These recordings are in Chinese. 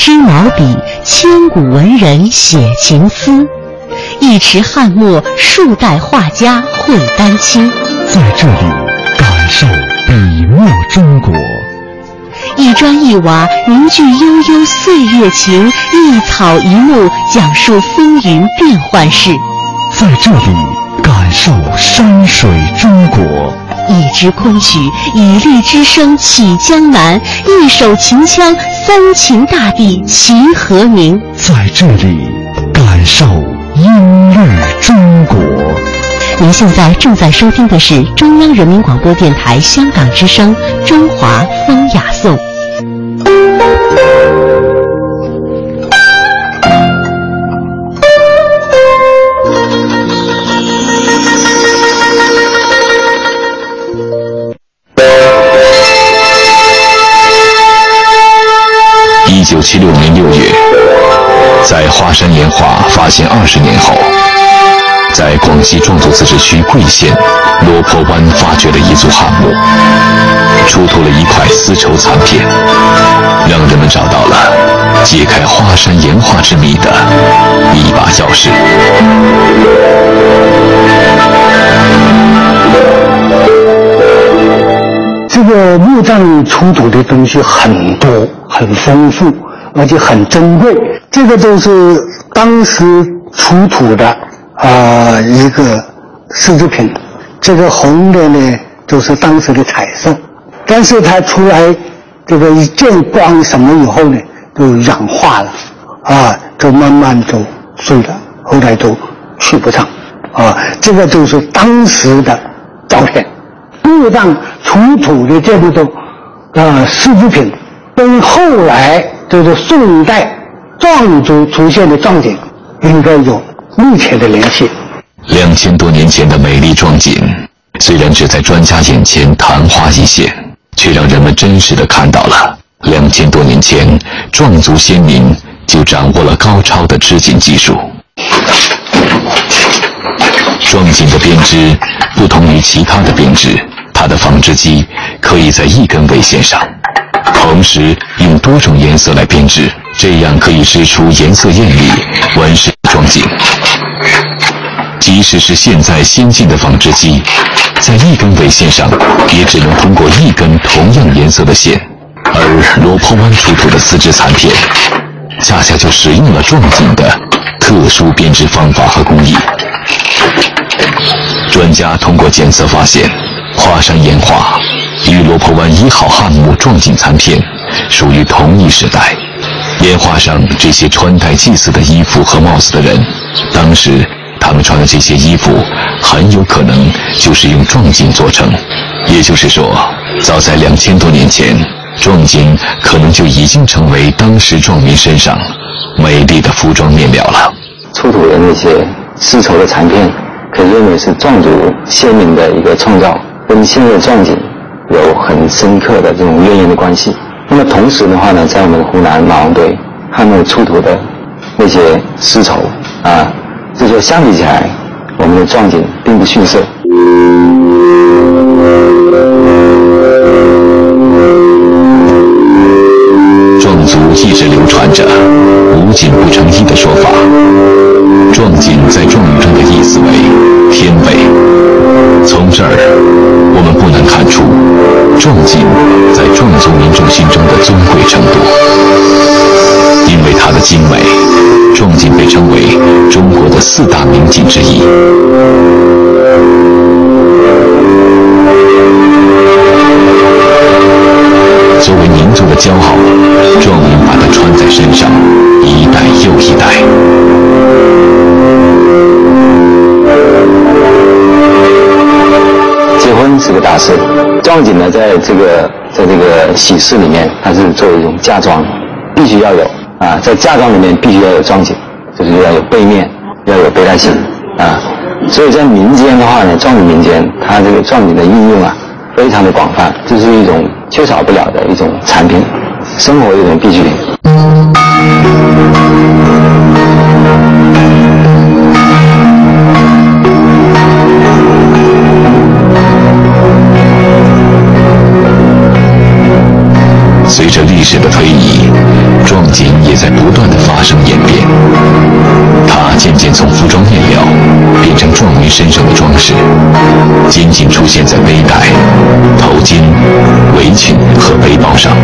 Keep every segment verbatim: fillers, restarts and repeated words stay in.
支毛笔，千古文人写情思。一池汉墨，数代画家绘丹青。 在这里感受笔墨中国。 一砖一瓦凝聚悠悠岁月情，一草一木讲述风云变幻事。 在这里感受山水中国。 一支昆曲，以力之声起江南；一首秦腔，三秦大地齐和鸣。 在这里感受音律中国。 您现在正在收听的是中央人民广播电台香港之声《中华风雅颂》。 一九七六年六月，在华山岩画发现二十年后，在广西壮族自治区桂县罗坡湾发掘了一组汉墓，出土了一块丝绸残片，让人们找到了解开华山岩画之谜的一把钥匙。 这个墓葬出土的东西很多，很丰富，而且很珍贵。这个都是当时出土的啊、呃、一个丝织品。这个红的呢，就是当时的彩色，但是它出来这个一见光什么以后呢，就氧化了，啊，就慢慢就碎了，后来都去不上，啊，这个就是当时的照片。墓葬出土的这部都呃丝织品，跟后来就是宋代壮族出现的壮锦应该有密切的联系。 两千多年前的美丽壮锦，虽然只在专家眼前昙花一现，却让人们真实的看到了两千多年前壮族先民就掌握了高超的织锦技术。壮锦的编织不同于其他的编织，它的纺织机可以在一根纬线上同时用多种颜色来编织，这样可以织出颜色艳丽、纹饰壮锦。即使是现在先进的纺织机，在一根纬线上也只能通过一根同样颜色的线，而罗坡湾出土的丝织残片恰恰就使用了壮锦的特殊编织方法和工艺。专家通过检测发现，华山岩画与罗坡湾一号汉墓壮锦残片属于同一时代。岩画上这些穿戴祭祀的衣服和帽子的人，当时他们穿的这些衣服很有可能就是用壮锦做成。也就是说，早在两千多年前，壮锦可能就已经成为当时壮民身上美丽的服装面料了。 出土的那些丝绸的残片，可以认为是壮族先民的一个创造，跟现在的壮锦有很深刻的这种渊源的关系。那么同时的话呢，在我们湖南马王堆汉墓出土的那些丝绸啊，就说相比起来，我们的壮锦并不逊色。 壮族一直流传着无锦不成衣的说法。壮锦在壮语中的意思为天位，从这儿我们不难看出壮锦在壮族民众心中的尊贵程度。因为它的精美，壮锦被称为中国的四大名锦之一。作为民族的骄傲，壮民把它穿在身上，一代又一代。 结婚是个大事，壮锦呢，在这个在这个喜事里面，它是作为一种嫁妆，必须要有啊，在嫁妆里面必须要有壮锦，就是要有背面，要有背带型啊。所以在民间的话呢，壮族民间，它这个壮锦的应用啊，非常的广泛，这是一种缺少不了的一种产品，生活的一种必需品。 随着历史的推移，壮锦也在不断的发生演变。它渐渐从服装面料变成壮民身上的装饰，仅仅出现在背带、头巾、围裙和背包上。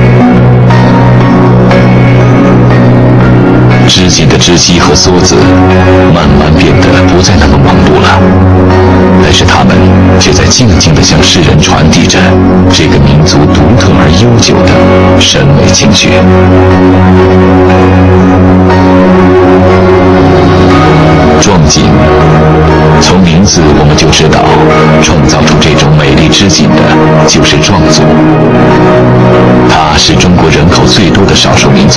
织锦的织机和梭子慢慢变得不再那么忙碌了，但是它们却在静静地向世人传递着这个民族独特而悠久的审美情绪。壮锦，从名字我们就知道，创造出这种美丽织锦的就是壮族。它是中国人口最多的少数民族。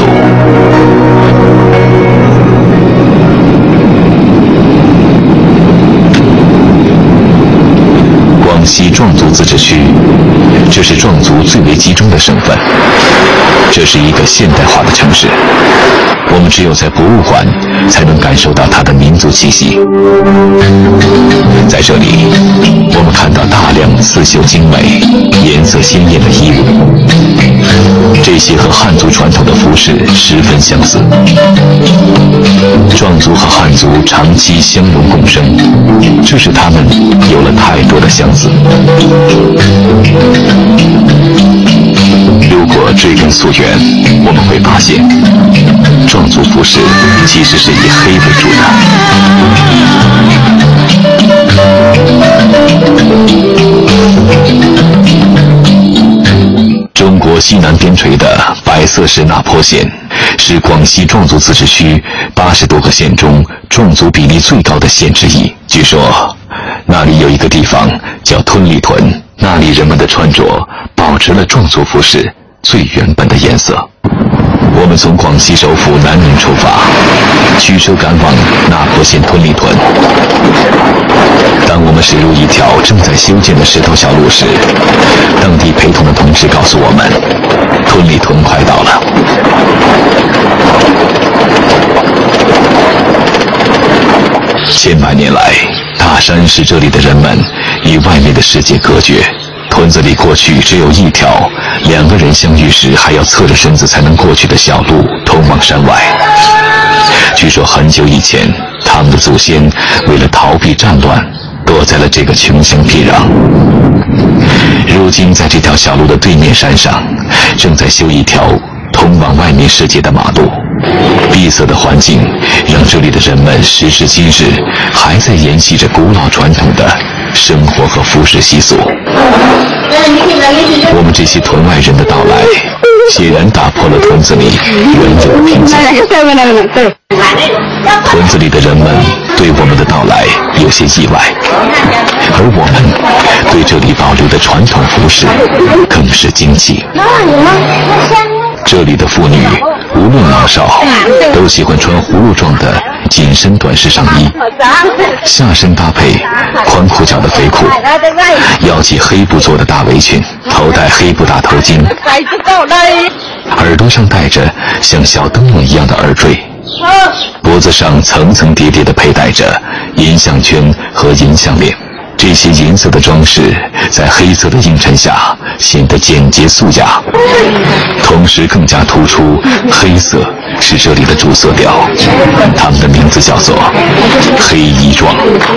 广西壮族自治区，这是壮族最为集中的省份。这是一个现代化的城市，我们只有在博物馆才能感受到它的民族气息。在这里，我们看到大量刺绣精美、颜色鲜艳的衣物，这些和汉族传统的服饰十分相似。壮族和汉族长期相融共生，这使他们有了太多的相似。如果追根溯源，我们会发现，壮族服饰其实是以黑为主的。中国西南边陲的白色石那坡县，是广西壮族自治区八十多个县中壮族比例最高的县之一。据说，那里有一个地方叫吞里屯，那里人们的穿着保持了壮族服饰最原本的颜色。我们从广西首府南宁出发，驱车赶往那坡县吞里屯。当我们驶入一条正在修建的石头小路时，当地陪同的同志告诉我们，吞里屯快到了。千百年来，大山使这里的人们与外面的世界隔绝。屯子里过去只有一条两个人相遇时还要侧着身子才能过去的小路，通往山外。据说很久以前，他们的祖先为了逃避战乱，躲在了这个穷乡僻壤。如今在这条小路的对面山上，正在修一条通往外面世界的马路。闭塞的环境让这里的人们时至今日还在沿袭着古老传统的生活和服饰习俗。我们这些屯外人的到来，显然打破了屯子里原有的平静。屯子里的人们对我们的到来有些意外，而我们对这里保留的传统服饰更是惊奇。这里的妇女无论老少，都喜欢穿葫芦状的紧身短式上衣，下身搭配宽裤脚的肥裤，腰系黑布做的大围裙，头戴黑布大头巾，耳朵上戴着像小灯笼一样的耳坠，脖子上层层叠叠地佩戴着银项圈和银项链。这些银色的装饰在黑色的映衬下显得简洁素雅，同时更加突出黑色是这里的主色调。他们的名字叫做黑衣壮。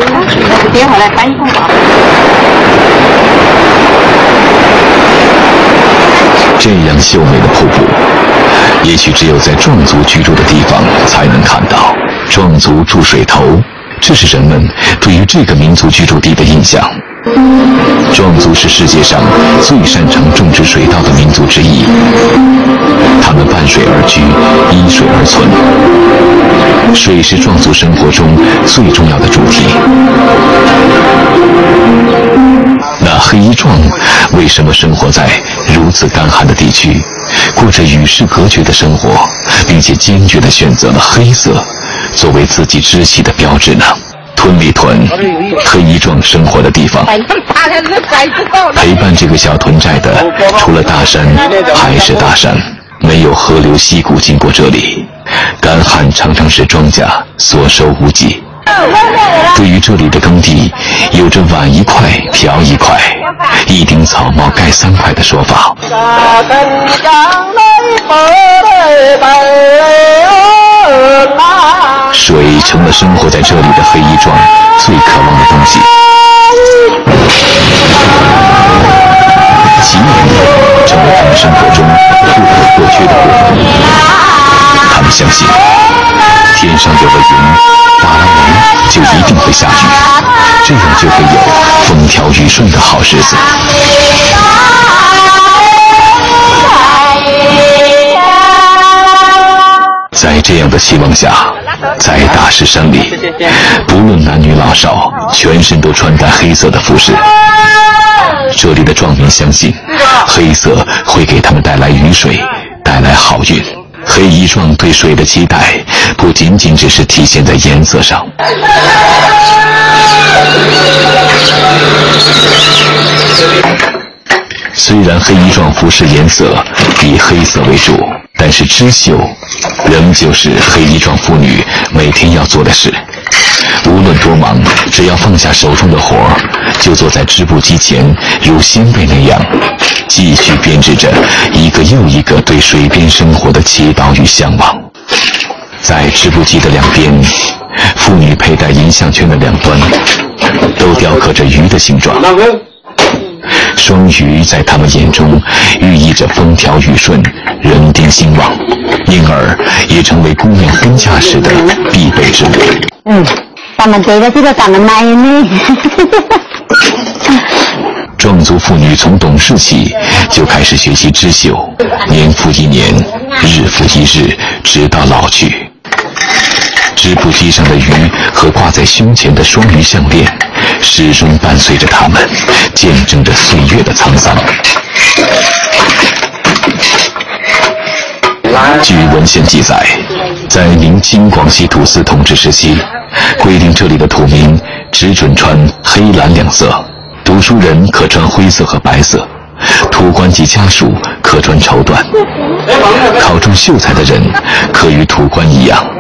这样秀美的瀑布，也许只有在壮族居住的地方才能看到。壮族住水头，这是人们对于这个民族居住地的印象。壮族是世界上最擅长种植水稻的民族之一，他们伴水而居，依水而存。水是壮族生活中最重要的主题。那黑衣壮为什么生活在如此干旱的地区，过着与世隔绝的生活，并且坚决地选择了黑色作为自己支系的标志呢？屯里屯，黑衣壮生活的地方。陪伴这个小屯寨的，除了大山还是大山，没有河流溪谷经过这里，干旱常常使庄稼所收无几。 对于这里的耕地，有着碗一块瓢一块，一顶草帽盖三块的说法。水成了生活在这里的黑衣壮最渴望的东西。洗碗成了他们生活中不可或缺的部分。他们相信，天上有了云，打了雷就一定会下雨，这样就会有风调雨顺的好日子。在这样的期望下，在大石山里，不论男女老少，全身都穿戴黑色的服饰。这里的壮民相信，黑色会给他们带来雨水，带来好运。黑衣壮对水的期待，不仅仅只是体现在颜色上。虽然黑衣壮服饰颜色以黑色为主，但是织绣仍旧是黑衣壮妇女每天要做的事。无论多忙，只要放下手中的活儿，就坐在织布机前，如先辈那样，继续编织着一个又一个对水边生活的祈祷与向往。在织布机的两边，妇女佩戴银项圈的两端，都雕刻着鱼的形状。双鱼在他们眼中寓意着风调雨顺、人丁兴旺，因而也成为姑娘婚嫁时的必备之物。嗯，咱们这个这个咱们买呢。壮族妇女从懂事起就开始学习织绣，年复一年，日复一日，直到老去。织布机上的鱼和挂在胸前的双鱼项链，始终伴随着他们，见证着岁月的沧桑。据文献记载，在明清广西土司统治时期，规定这里的土民只准穿黑蓝两色，读书人可穿灰色和白色，土官及家属可穿绸缎，考中秀才的人可与土官一样。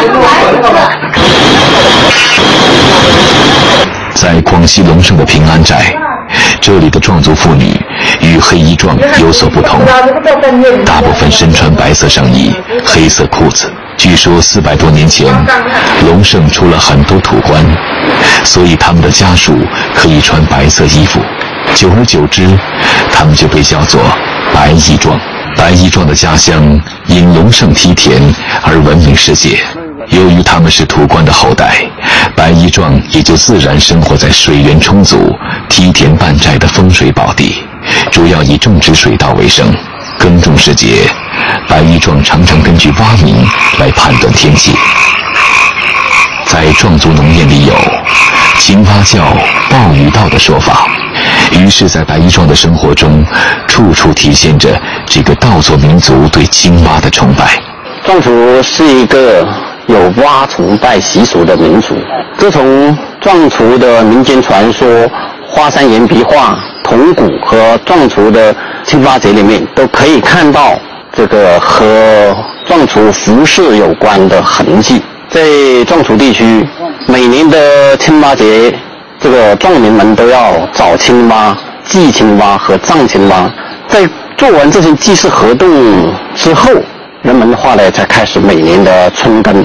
在广西龙胜的平安寨，这里的壮族妇女与黑衣壮有所不同，大部分身穿白色上衣、黑色裤子。据说四百多年前，龙胜出了很多土官，所以他们的家属可以穿白色衣服。久而久之，他们就被叫做白衣壮。白衣壮的家乡因龙胜梯田而闻名世界。由于他们是土官的后代，白衣壮也就自然生活在水源充足、梯田半寨的风水宝地，主要以种植水稻为生。耕种时节，白衣壮常常根据蛙鸣来判断天气。在壮族农谚里有青蛙叫、暴雨到的说法，于是在白衣壮的生活中，处处体现着这个稻作民族对青蛙的崇拜。 壮族是一个有蛙崇拜习俗的民族，这从壮族的民间传说、花山岩壁画、铜鼓和壮族的青蛙节里面都可以看到这个和壮族服饰有关的痕迹。在壮族地区，每年的青蛙节，这个壮民们都要找青蛙、祭青蛙和葬青蛙。在做完这些祭祀活动之后，人们的话呢才开始每年的春耕。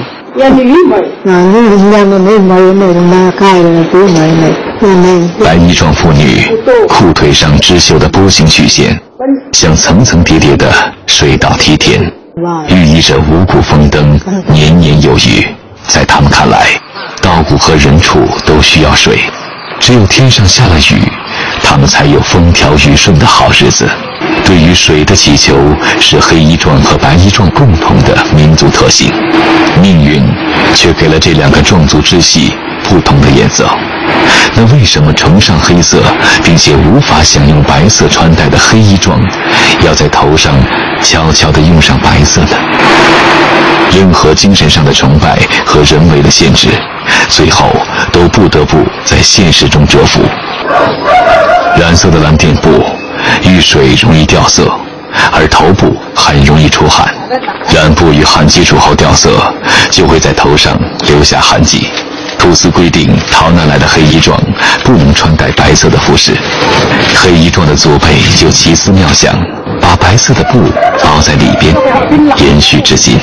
白衣壮妇女裤腿上织绣的波形曲线，像层层叠叠的水稻梯田，寓意着五谷丰登、年年有余。在他们看来，稻谷和人畜都需要水，只有天上下了雨，他们才有风调雨顺的好日子。对于水的祈求是黑衣壮和白衣壮共同的民族特性，命运却给了这两个壮族支系不同的颜色。那为什么崇尚黑色并且无法享用白色穿戴的黑衣壮，要在头上悄悄地用上白色呢？任何精神上的崇拜和人为的限制，最后都不得不在现实中折服。染色的蓝靛布遇水容易掉色，而头部很容易出汗，染布与汗接触后掉色，就会在头上留下痕迹。 土司规定，逃难来的黑衣壮不能穿戴白色的服饰。黑衣壮的祖辈就奇思妙想，把白色的布包在里边，延续至今。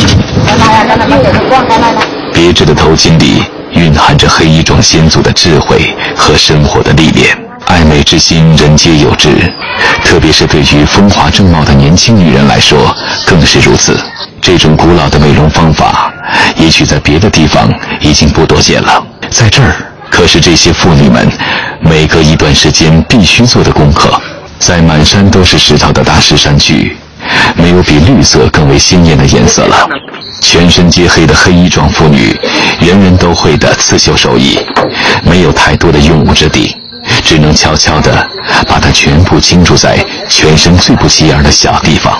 别致的头巾里蕴含着黑衣壮先祖的智慧和生活的历练。爱美之心，人皆有之，特别是对于风华正茂的年轻女人来说，更是如此。这种古老的美容方法，也许在别的地方已经不多见了，在这儿可是这些妇女们每隔一段时间必须做的功课。在满山都是石头的大石山区，没有比绿色更为鲜艳的颜色了。全身皆黑的黑衣壮妇女，人人都会的刺绣手艺，没有太多的用武之地，只能悄悄地把它全部倾注在全身最不起眼的小地方。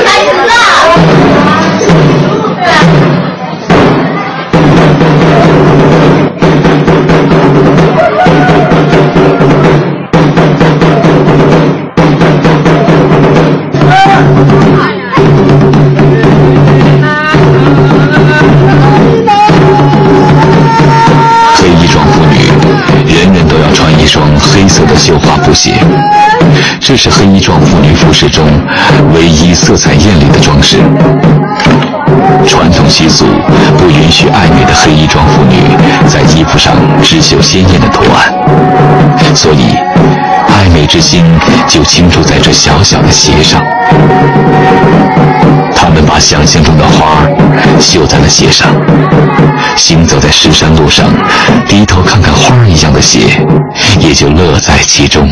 黑衣壮妇女人人都要穿一双黑色的绣花布鞋，这是黑衣壮妇女服饰中唯一色彩艳丽的装饰。传统习俗不允许爱美的黑衣壮妇女在衣服上织绣鲜艳的图案，所以爱美之心就倾注在这小小的鞋上。他们把想象中的花绣在了鞋上，行走在石山路上，低头看看花一样的鞋，也就乐在其中。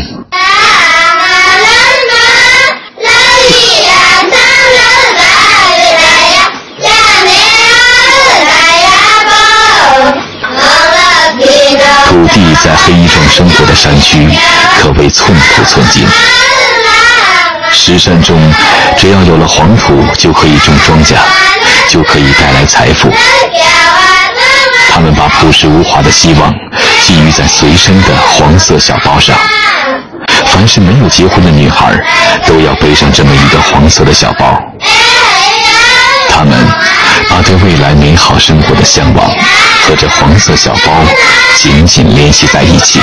土地在黑衣壮生活的山区可谓寸土寸金，石山中只要有了黄土，就可以种庄稼，就可以带来财富。他们把朴实无华的希望寄予在随身的黄色小包上，凡是没有结婚的女孩都要背上这么一个黄色的小包。他们把对未来美好生活的向往和这黄色小包紧紧联系在一起。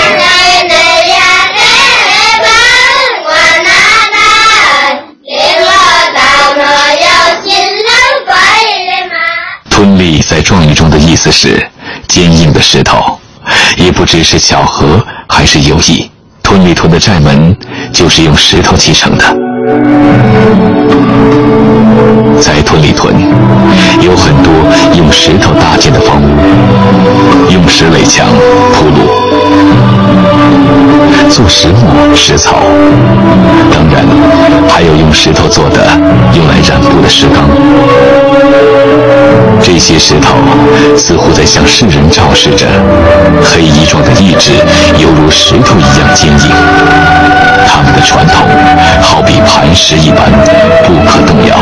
吞力在壮语中的意思是坚硬的石头，也不知是巧合还是有意。吞力屯的寨门就是用石头砌成的。在屯里屯有很多用石头搭建的房屋，用石垒墙铺路，做石磨石草，当然还有用石头做的用来染布的石缸。这些石头似乎在向世人昭示着黑衣壮的意志犹如石头一样坚硬，他们的传统好比磐石一般不可动摇。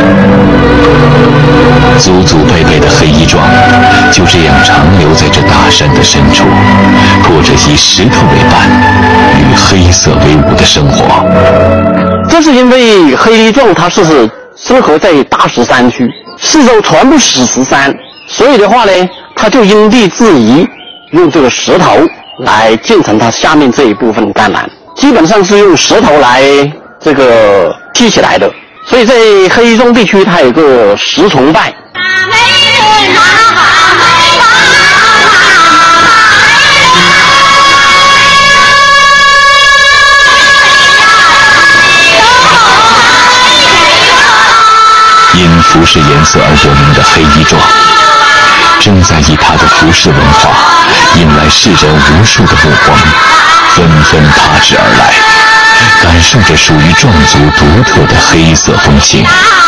祖祖辈辈的黑衣壮就这样长留在这大山的深处，过着以石头为伴与黑色为伍的生活。 这是因为黑衣壮它是生活在大石山区，四周全部是石山，所以的话呢，它就因地制宜，用这个石头来建成它下面这一部分干栏，基本上是用石头来这个砌起来的。所以在黑衣壮地区，它有一个石崇拜。 因服饰颜色而得名的黑衣壮，正在以他的服饰文化引来世人无数的目光，纷纷踏至而来，感受着属于壮族独特的黑色风情。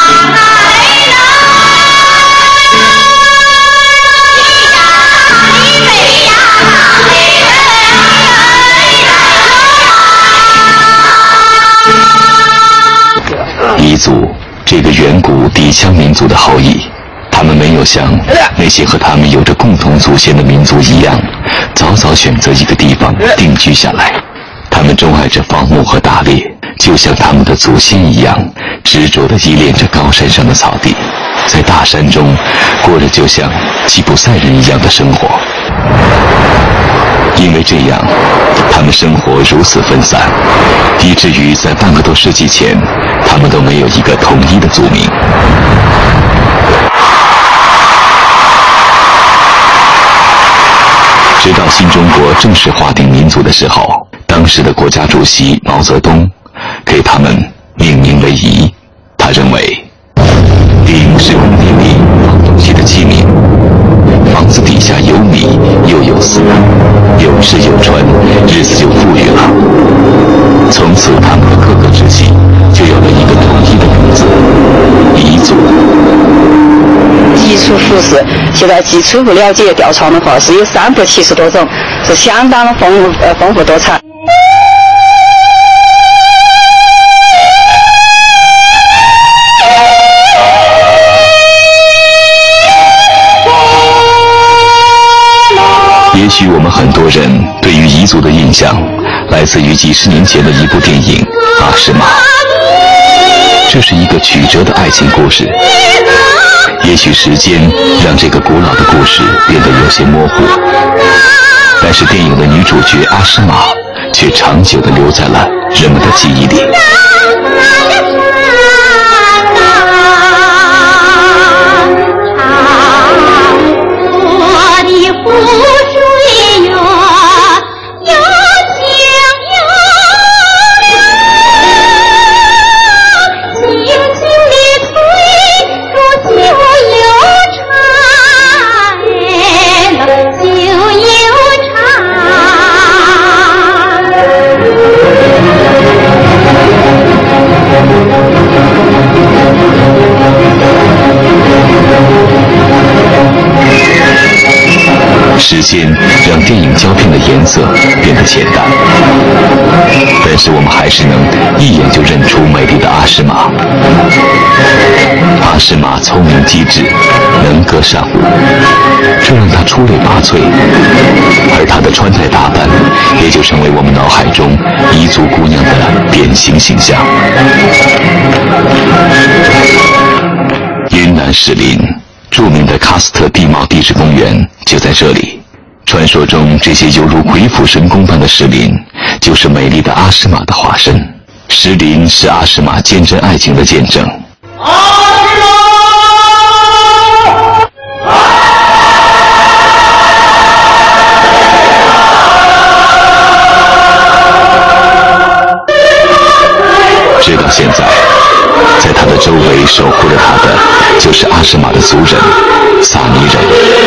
彝族这个远古氐羌民族的后裔，他们没有像那些和他们有着共同祖先的民族一样，早早选择一个地方定居下来。他们钟爱着放牧和打猎，就像他们的祖先一样，执着地依恋着高山上的草地，在大山中过着就像吉普赛人一样的生活。 因为这样，他们生活如此分散，以至于在半个多世纪前，他们都没有一个统一的族名。直到新中国正式划定民族的时候，当时的国家主席毛泽东给他们命名为彝。他认为，鼎是宫殿里放东西的器皿，房子底下有米又有丝，有吃有穿，日子就富裕了。从此，他们的各个支系就有了一个统一的名字——彝族。 基础服饰，现在据初步了解调查的话，是有三百七十多种，是相当的丰呃丰富多彩。 也许我们很多人对于彝族的印象，来自于几十年前的一部电影《阿诗玛》。这是一个曲折的爱情故事。也许时间让这个古老的故事变得有些模糊，但是电影的女主角阿诗玛却长久地留在了人们的记忆里。时间让电影胶片的颜色变得浅淡，但是我们还是能一眼就认出美丽的阿诗玛。阿诗玛聪明机智，能歌善舞，这让她出类拔萃，而她的穿戴打扮也就成为我们脑海中彝族姑娘的典型形象。云南石林著名的喀斯特地貌地质公园就在这里。传说中，这些犹如鬼斧神工般的石林，就是美丽的阿诗玛的化身。石林是阿诗玛坚贞爱情的见证。阿诗玛！直到现在，在他的周围守护着他的，就是阿诗玛的族人萨尼人。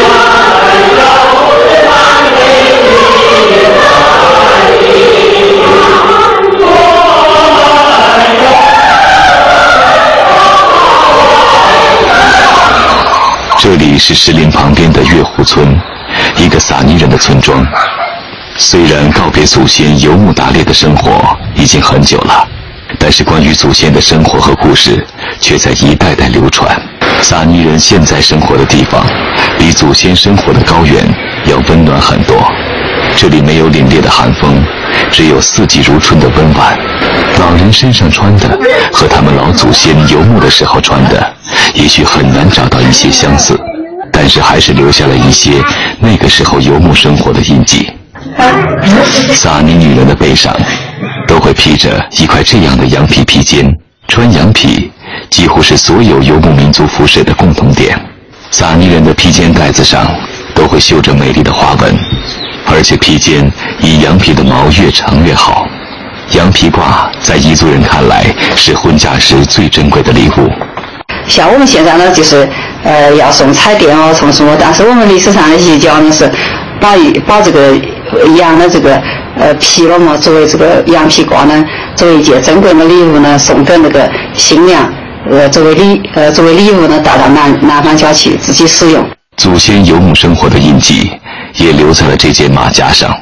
这里是石林旁边的月湖村，一个撒尼人的村庄。虽然告别祖先游牧打猎的生活已经很久了，但是关于祖先的生活和故事却在一代代流传。撒尼人现在生活的地方，比祖先生活的高原要温暖很多。这里没有凛冽的寒风，只有四季如春的温婉。老人身上穿的和他们老祖先游牧的时候穿的，也许很难找到一些相似，但是还是留下了一些那个时候游牧生活的印记。撒尼女人的背上都会披着一块这样的羊皮披肩，穿羊皮几乎是所有游牧民族服饰的共同点。撒尼人的披肩带子上都会绣着美丽的花纹，而且披肩以羊皮的毛越长越好。羊皮褂在彝族人看来是婚嫁时最珍贵的礼物。 像我们现在呢，就是呃要送彩电哦，送什么？但是我们历史上的彝教呢是把把这个羊的这个呃皮了嘛，作为这个羊皮褂呢，作为一件珍贵的礼物呢，送给那个新娘，呃作为礼呃作为礼物呢带到男男方家去自己使用。 祖先游牧生活的印记也留在了这件马甲上。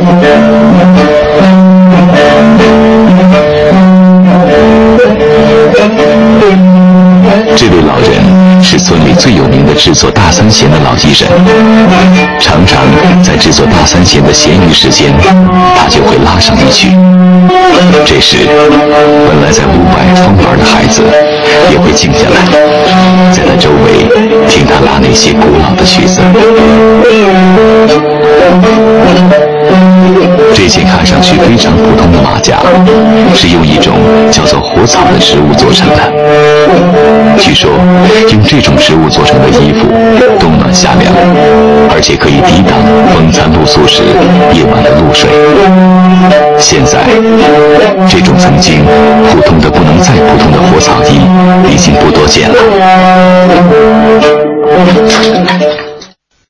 这位老人是村里最有名的制作大三弦的老艺人，常常在制作大三弦的闲余时间，他就会拉上一曲。这时，本来在屋外疯玩的孩子也会静下来，在他周围听他他拉那些古老的曲子。这件看上去非常普通的马甲，是用一种叫做火草的植物做成的。据说，用这种植物做成的衣服，冬暖夏凉，而且可以抵挡风餐露宿时夜晚的露水。现在，这种曾经普通的不能再普通的火草衣，已经不多见了。